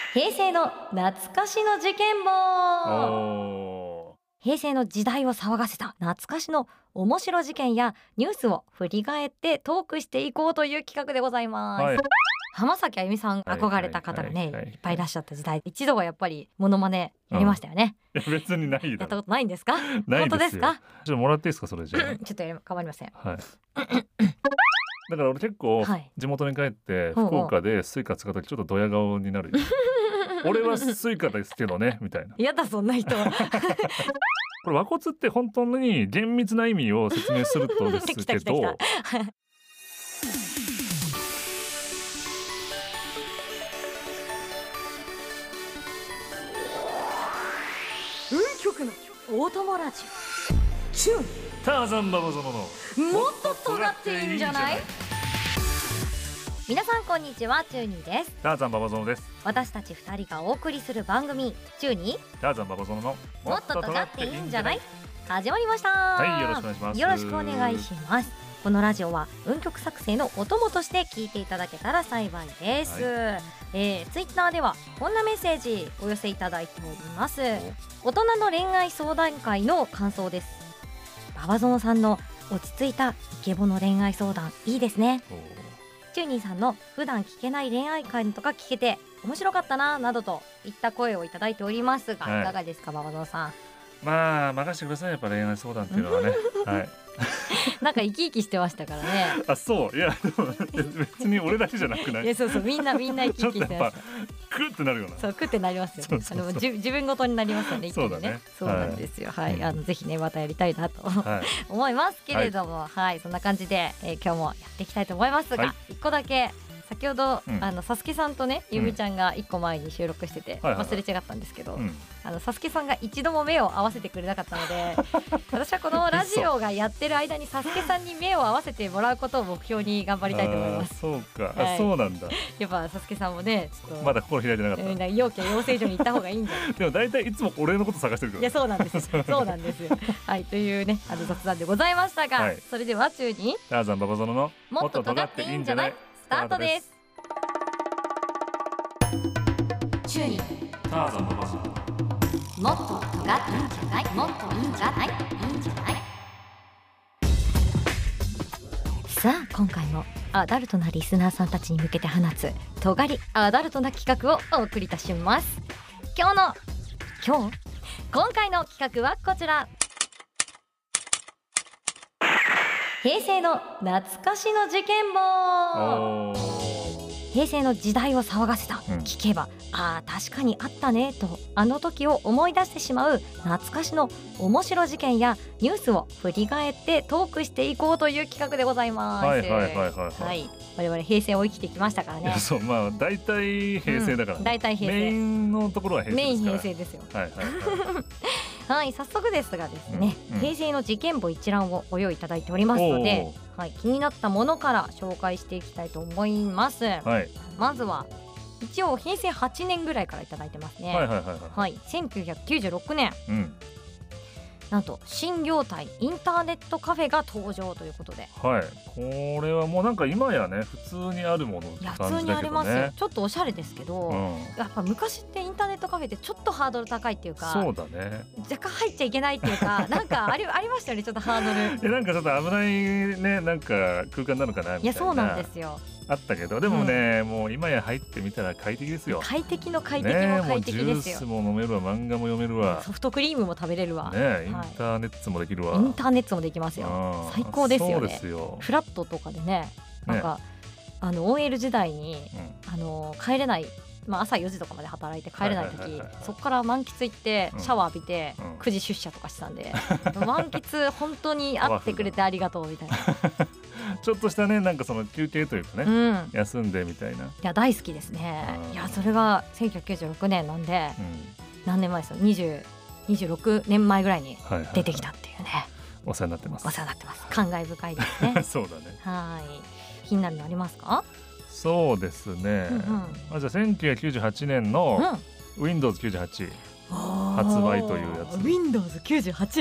平成の懐かしの事件簿。平成の時代を騒がせた懐かしの面白事件やニュースを振り返ってトークしていこうという企画でございます、浜崎あゆみさん憧れた方がね、いっぱいいらっしゃった時代、一度はやっぱりモノマネやりましたよね、 別にないだろ。 やったことないんですか？ ないですよ。 本当ですか？ ちょっともらっていいですかそれじゃあちょっと構いません。 だから俺結構地元に帰って福岡でスイカ使った時ちょっとドヤ顔になるよ俺はスイカですけどねみたいな。 やだそんな人これ和骨って本当に厳密な意味を説明するとですけど運極の大友ラジオチューンターザンババゾノのもっと尖っていいんじゃない？皆さんこんにちは、チューニーです。 ターザンババゾノです。 私たち2人がお送りする番組チューニーターザンババゾノのもっと尖っていいんじゃない？始まりました。 はい、よろしくお願いします。 よろしくお願いします。このラジオは運曲作成のお供として聞いていただけたら幸いです、ツイッターではこんなメッセージお寄せいただいております。大人の恋愛相談会の感想です。ババゾノさんの落ち着いたイケボの恋愛相談いいですね。チューニーさんの普段聞けない恋愛会とか聞けて面白かったななどといった声をいただいておりますが、いかがですかババゾノさん？ まあ任せてください。やっぱ恋愛相談っていうのはねなんか生き生きしてましたからねあ、そう。いやでも別に俺だけじゃなくない？ いやそうみんな生き生きしてました。 クッってなるような。 そうクってなりますよね。自分ごとになりますよね。 そうだね。 そうなんですよ。はい、ぜひねまたやりたいなと思いますけれども、はい、そんな感じで今日もやっていきたいと思いますが、一個だけ先ほどサスケさんとねゆみちゃんが一個前に収録してて忘れ違ったんですけど、サスケさんが一度も目を合わせてくれなかったので私はこのラジオがやってる間にサスケさんに目を合わせてもらうことを目標に頑張りたいと思います。 そうか、そうなんだ。 やっぱサスケさんもねちょっとまだ心開いてなかった。 陽キャ養成所に行った方がいいんじゃないでも大体いつも俺のこと探してるから。 いやそうなんですそうなんですよはいというね雑談でございましたが、それでは中にターザンババゾノのもっと尖っていいんじゃない？スタートです。中にターザンババゾノもっと尖っていいんじゃない？もっといいんじゃない？いいんじゃない？さあ今回もアダルトなリスナーさんたちに向けて放つ尖りアダルトな企画をお送りいたします。今回の企画はこちら。平成の懐かしの事件簿。平成の時代を騒がせた、聞けば確かにあったねとあの時を思い出してしまう懐かしの面白事件やニュースを振り返ってトークしていこうという企画でございます。我々平成を生きてきましたからね。 そう、まあ大体平成だから、 大体平成、 メインのところは平成ですから。 メイン平成ですよ。はい、早速ですがですね、平成の事件簿一覧をご用意いただいておりますので、気になったものから紹介していきたいと思います。まずは一応平成8年ぐらいからいただいてますね。1996年、なんと新業態インターネットカフェが登場ということで、これはもうなんか今やね普通にあるものって感じだけどね。 普通にありますよ。ちょっとおしゃれですけど、やっぱ昔ってインターネットカフェってちょっとハードル高いっていうか、 そうだね、 若干入っちゃいけないっていうかなんかありましたよね、ちょっとハードルなんかちょっと危ないね、なんか空間なのかなみたいな。 いやそうなんですよ。 あったけど、でもね、もう今や入ってみたら快適ですよ。 快適の快適も快適ですよ。 もうジュースも飲めるわ、漫画も読めるわ、 ソフトクリームも食べれるわ、 インターネットもできるわ。 インターネットもできますよ。最高ですよね。 そうですよ。 フラットとかでね、なんかOL 時代に帰れない、朝4時とかまで働いて帰れない時、そこから満喫行ってシャワー浴びて9時出社とかしたんで、満喫本当に会ってくれてありがとうみたいなちょっとしたね、なんかその休憩というかね、休んでみたいな。いや大好きですね。いやそれが1996年なんで、何年前ですよ、26年前ぐらいに出てきたっていうね。 お世話になってます。 お世話になってます。感慨深いですねそうだね。 はい、気になるのありますか？ そうですね、じゃあ1998年の Windows98 発売というやつ。 Windows98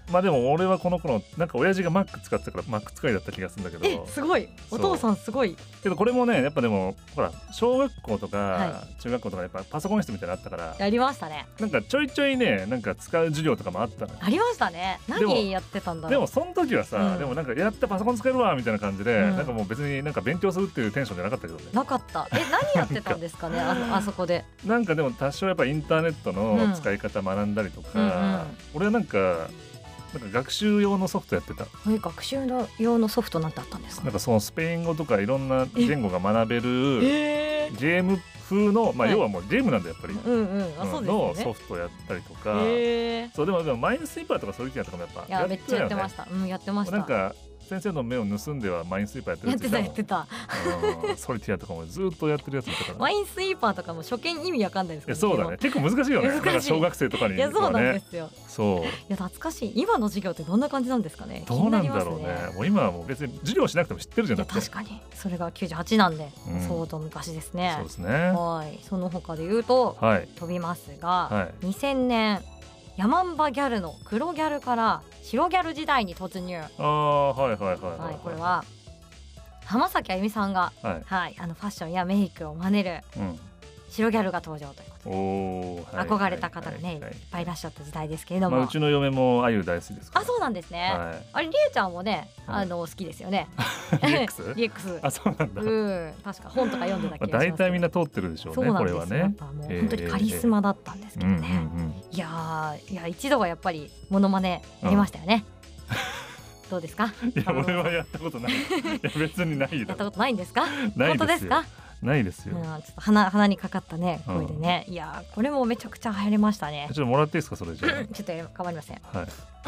まあでも俺はこの頃なんか親父が Mac 使ってたから Mac 使いだった気がするんだけど。 すごい、お父さんすごい。 けどこれもねやっぱでもほら小学校とか中学校とかやっぱパソコン室みたいなのあったから、 やりましたね。 なんかちょいちょいねなんか使う授業とかもあったの。 ありましたね。何やってたんだろう。 でもその時はさ、でもなんかやったパソコン使えるわみたいな感じで、なんかもう別になんか勉強するっていうテンションじゃなかったけどね。 なかった。何やってたんですかねあそこで。 なんかでも多少やっぱインターネットの使い方学んだりとか、俺はなんか学習用のソフトやってた。 学習用のソフトなんてあったんですか。 なんかそのスペイン語とかいろんな言語が学べるゲーム風の、まあ要はもうゲームなんだやっぱりのソフトやったりとか。そうでもマインスイーパーとかそういう機能とかもやっぱめっちゃやってました。やってました。 なんか先生の目を盗んではマインスイーパーやってるやってたソリティアとかもずっとやってるやつだから、 マインスイーパーとかも初見意味わかんないですけど、 そうだね、結構難しいよね。なんか小学生とかに、 いやそうなんですよ。 そういや懐かしい。今の授業ってどんな感じなんですかね。 どうなんだろうね。もう今はもう別に授業しなくても知ってるじゃなくて。 確かにそれが98なんで、相当昔ですね。 そうですね。 はい。その他で言うと、飛びますが、2000年ヤマンバギャルの黒ギャルから白ギャル時代に突入。これは浜崎あゆみさんが、ファッションやメイクを真似る白ギャルが登場ということで、憧れた方がねいっぱいいらっしゃった時代ですけれども、 うちの嫁もあゆ大好きですから。 あ、そうなんですね。あれりえちゃんもね好きですよね。DX。 あ、そうなんだ。 確か本とか読んでた気がします。 大体みんな通ってるでしょうねこれはね。 やっぱもう本当にカリスマだったんですけどね。いや一度はやっぱりモノマネやりましたよね。どうですか。 いや俺はやったことない。いや別にないよ。 やったことないんですか。本当ですか。 ないですよ。 ちょっと鼻にかかったね声でね。いやこれもめちゃくちゃ流行りましたね。 ちょっともらっていいですかそれじゃあ。 ちょっと変わりません。 はい。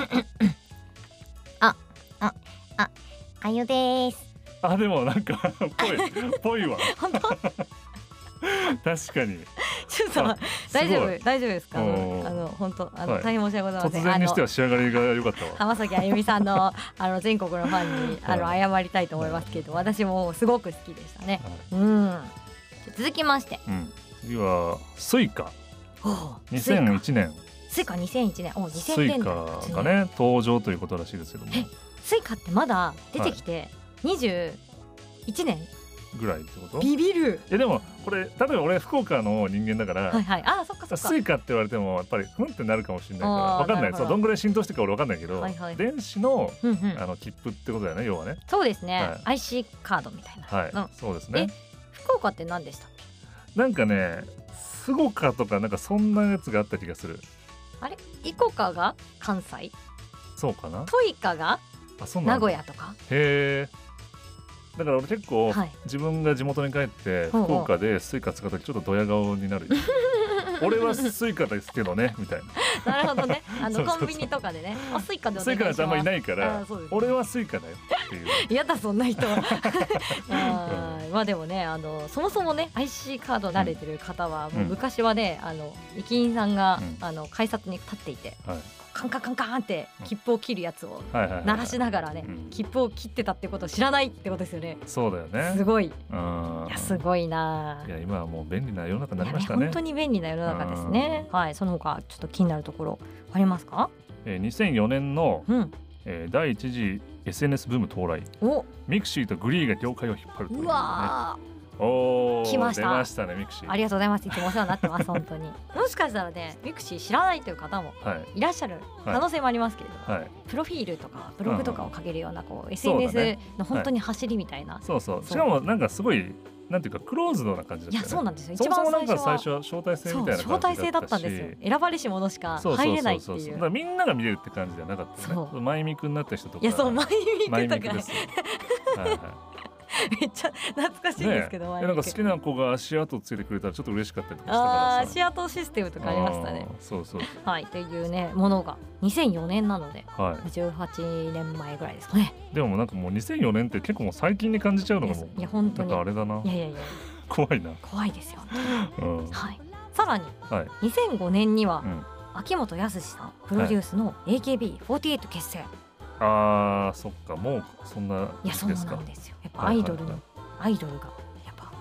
あゆです。 あ、でもなんかぽいわ。 本当。 確かに。 ちょっと大丈夫ですか。本当大変申し訳ございません。 突然にしては仕上がりが良かったわ。 浜崎あゆみさんの全国のファンに謝りたいと思いますけど、私もすごく好きでしたね。続きまして、 次はスイカ。2001年。 スイカ2001年。 スイカがね登場ということらしいですけども。 スイカってまだ出てきて21年ぐらいってこと。 ビビる。 でもこれ例えば俺福岡の人間だから、 あ、そっかそっか。 スイカって言われてもやっぱりふんってなるかもしれないから分かんない。そうどんぐらい浸透してるか俺分かんないけど、電子の切符ってことだよね要はね。 そうですね。IC カードみたいな。 はい、そうですね。 福岡って何でしたっけ。なんかねスゴカとかなんかそんなやつがあった気がする。 あれイコカが関西。 そうかな。 トイカが名古屋とか。 へえ。だから俺結構自分が地元に帰って福岡でスイカ使うときちょっとドヤ顔になる。俺はスイカですけどねみたいな。 なるほどね。コンビニとかでね、スイカでお願いします。 スイカなんてあんまりいないから俺はスイカだよっていう。 嫌だそんな人。まあでもねそもそもね IC カード慣れてる方はもう昔はね駅員さんが改札に立っていて。カンカンカンカンって切符を切るやつを鳴らしながらね切符を切ってたってことを知らないってことですよね。 そうだよね。 すごい。いやすごいな。 いや今はもう便利な世の中になりましたね。 本当に便利な世の中ですね。はい。その他ちょっと気になるところありますか。 2004年の第一次 SNS ブーム到来。ミクシーとグリーが業界を引っ張るというね。うわー。来ました。出ましたねミクシー。 ありがとうございます。いつもお世話になってます本当に。もしかしたらねミクシー知らないという方もいらっしゃる可能性もありますけれども、プロフィールとかブログとかを書けるようなこう SNS の本当に走りみたいな。 そうそう。しかもなんかすごいなんていうかクローズドな感じだったよね。 いやそうなんですよ。 一番最初は招待制みたいな感じだったし。 招待制だったんですよ。選ばれし者しか入れないっていう。 だからみんなが見れるって感じじゃなかったね。マイミクになった人とか。 いやそうマイミクとか。 はいはい。 めっちゃ懐かしいですけど、 なんか好きな子が足跡ついてくれたらちょっと嬉しかったりとかしたからさ。 足跡システムとかありましたね。 そうそう。 はいっていうねものが2004年なので、18年前ぐらいですかね。 でもなんかもう2004年って結構もう最近に感じちゃうのがもう。 いや本当に。 なんかあれだな。 いや怖いな。 怖いですよ。はい。さらに2005年には秋元康さんプロデュースの AKB48 結成。 あーそっかもうそんな時期ですか。いやそうなんですよ。やっぱアイドルがやっぱ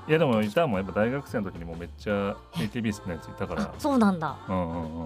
いやでもいたもん、やっぱ大学生の時にもめっちゃ AKB 好きなやついたから。 そうなんだ。 うん。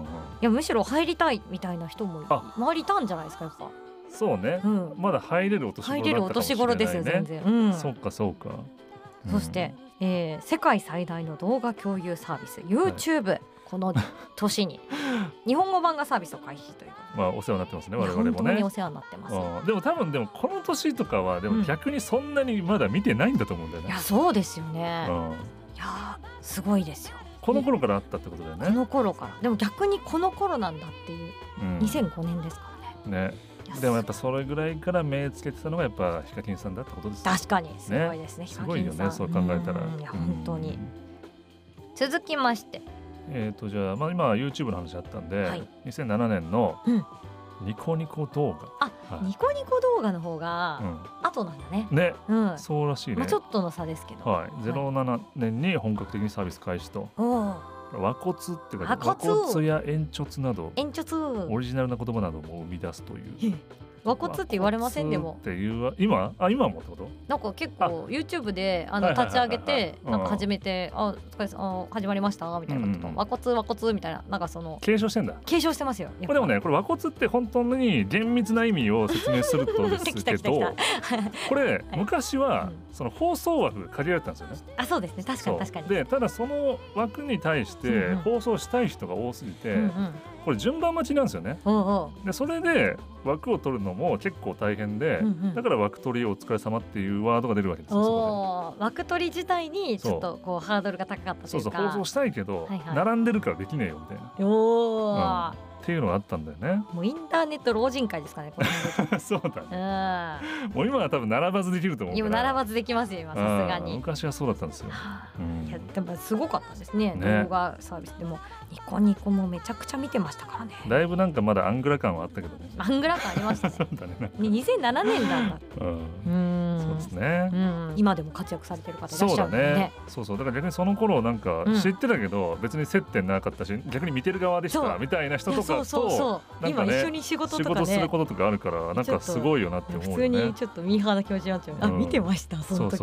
いやむしろ入りたいみたいな人も周りいたんじゃないですかやっぱ。 そうね、まだ入れるお年頃だったかもしれないね。入れるお年頃ですよ全然。 そうかそうか。 そして、世界最大の動画共有サービス YouTube、この年に日本語版がサービスを開始ということで、 まあお世話になってますね我々もね。 本当にお世話になってます。 でも多分この年とかはでも逆にそんなにまだ見てないんだと思うんだよね。 いやそうですよね。いやすごいですよ。 この頃からあったってことだよね。 この頃から。でも逆にこの頃なんだっていう、2005年ですからね。でもやっぱそれぐらいから目つけてたのがやっぱヒカキンさんだってことですね。確かにすごいですね。 すごいよねそう考えたら。 いや本当に。続きまして。 じゃあ、今 YouTube の話あったんで、2007年のニコニコ動画。 ニコニコ動画の方が後なんだね。 そうらしいね。 ちょっとの差ですけど。 07年に本格的にサービス開始と。和骨っていうか和骨や煙突などオリジナルな言葉なども生み出すという。 和骨って言われませんでも。 っていう今もってこと？ なんか結構 YouTube で立ち上げてなんか始めて始まりましたみたいなことと和骨みたいななんかその継承してんだ。 継承してますよ。 でもねこれ和骨って本当に厳密な意味を説明するとですけどこれ昔はその放送枠が限られてたんですよね。 そうですね確かに確かに。 でただその枠に対して放送したい人が多すぎてこれ順番待ちなんですよね。でそれで枠を取るのも結構大変で、だから枠取りお疲れ様っていうワードが出るわけですよ。 枠取り自体にちょっとこうハードルが高かったというか。 放送したいけど並んでるからできねえよみたいな。っていうのがあったんだよね。 もうインターネット老人会ですかねこれ。 そうだね。もう今は多分並ばずできると思うから。 今並ばずできますよ今さすがに。 昔はそうだったんですよ。 いやでもすごかったですね動画サービスでもニコニコもめちゃくちゃ見てましたからね。 だいぶなんかまだアングラ感はあったけどね。 アングラ感ありましたね。 そうだね。 2007年なんだ。 そうですね。 今でも活躍されてる方いらっしゃるんでね。 そうだから逆にその頃なんか知ってたけど別に接点なかったし逆に見てる側でしたみたいな人とかと今一緒に仕事とかねすることとかあるからなんかすごいよなって思うよね。 普通にちょっとミーハーな気持ちになっちゃう。見てましたその時。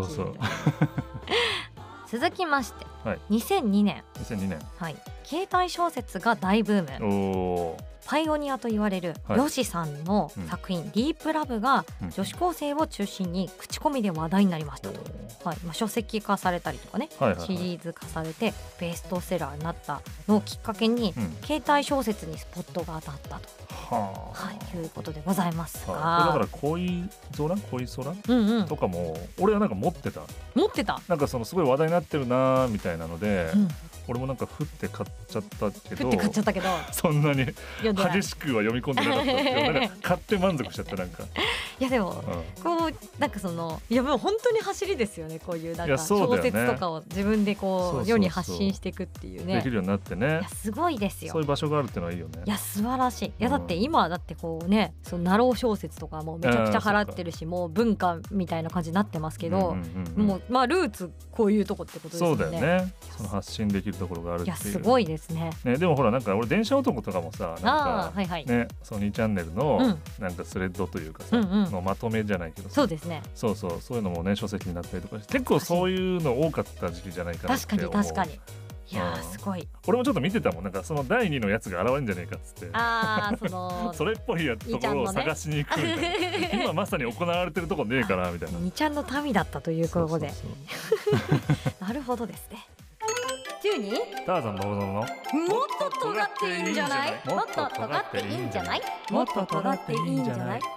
続きまして2002年携帯小説が大ブーム。パイオニアと言われるヨシさんの作品「ディープラブ」が女子高生を中心に口コミで話題になりましたと。書籍化されたりとかねシリーズ化されてベストセラーになったのをきっかけに携帯小説にスポットが当たったと。いうことでございますが、 だから恋空とかも俺はなんか持ってたなんかそのすごい話題になってるなみたいなので、俺もなんか降って買っちゃったけどそんなに激しくは読み込んでなかったけどなんか買って満足しちゃったなんか。 いやでもこうなんかそのいやもう本当に走りですよねこういうなんか小説とかを自分でこう世に発信していくっていうね。 できるようになってね。 いやすごいですよ。 そういう場所があるってのはいいよね。 いや素晴らしい。いやだって今だってこうねそのナロー小説とかもめちゃくちゃ払ってるしもう文化みたいな感じになってますけどもうルーツこういうとこってことですよね。 そうだよね。その発信できるところがあるっていう。 いやすごいですね。 でもほらなんか俺電車男とかもさなんかねソニーチャンネルのなんかスレッドというかさのまとめじゃないけどそうですね。 そういうのもね書籍になったりとかして結構そういうの多かった時期じゃないかなって思う。 確かにいやすごい。 俺もちょっと見てたもんなんかその第2のやつが現れるんじゃねえかっつってそれっぽいところを探しに行くみたいな今まさに行われてるとこねえかなみたいな。 2ちゃんの民だったということでなるほどですね。12 ターザンババゾノのもっと尖っていいんじゃないもっと尖っていいんじゃないもっと尖っていいんじゃないもっと尖っていいんじゃない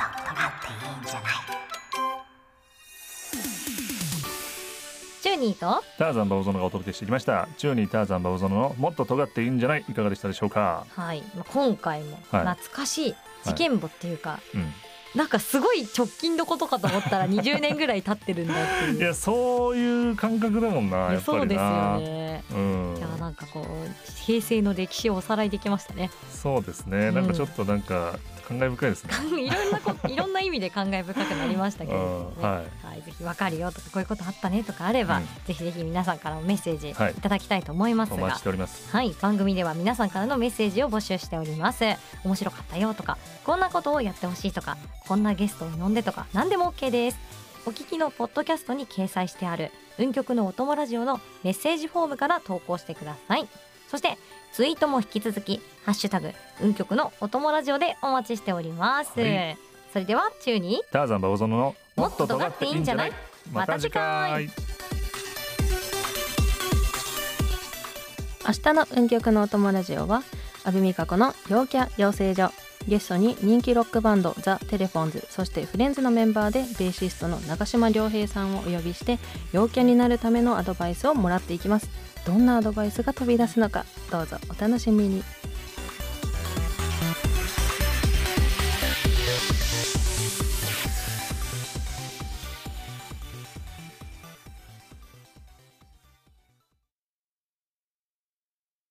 チューニーとターザンババゾノがお届けしてきましたチューニーターザンババゾノのもっと尖っていいんじゃないいかがでしたでしょうか。 今回も懐かしい事件簿っていうか、なんかすごい直近のことかと思ったら20年ぐらい経ってるんだっていういやそういう感覚だもんなやっぱりな。 そうですよね。いやなんかこう平成の歴史をおさらいできましたね。 そうですね。なんかちょっとなんか感慨深いですねいろんな意味で感慨深くなりましたけどぜひ分かるよとかこういうことあったねとかあれば、ぜひぜひ皆さんからのメッセージいただきたいと思いますが、 お待ちしております。 番組では皆さんからのメッセージを募集しております。面白かったよとかこんなことをやってほしいとかこんなゲストを呼んでとか何でも OK です。 お聞きのポッドキャストに掲載してある運極のお供ラジオのメッセージフォームから投稿してください。そしてツイートも引き続きハッシュタグ運極のお供ラジオでお待ちしております、はい、それでは中にターザンバオゾノのもっと尖っていいんじゃない。また次回。 明日の運極のお供ラジオは阿部美香子の陽キャ養成所、ゲストに人気ロックバンドザ・テレフォンズ、そしてフレンズのメンバーでベーシストの中島良平さんをお呼びして陽キャになるためのアドバイスをもらっていきます。どんなアドバイスが飛び出すのか、どうぞお楽しみに。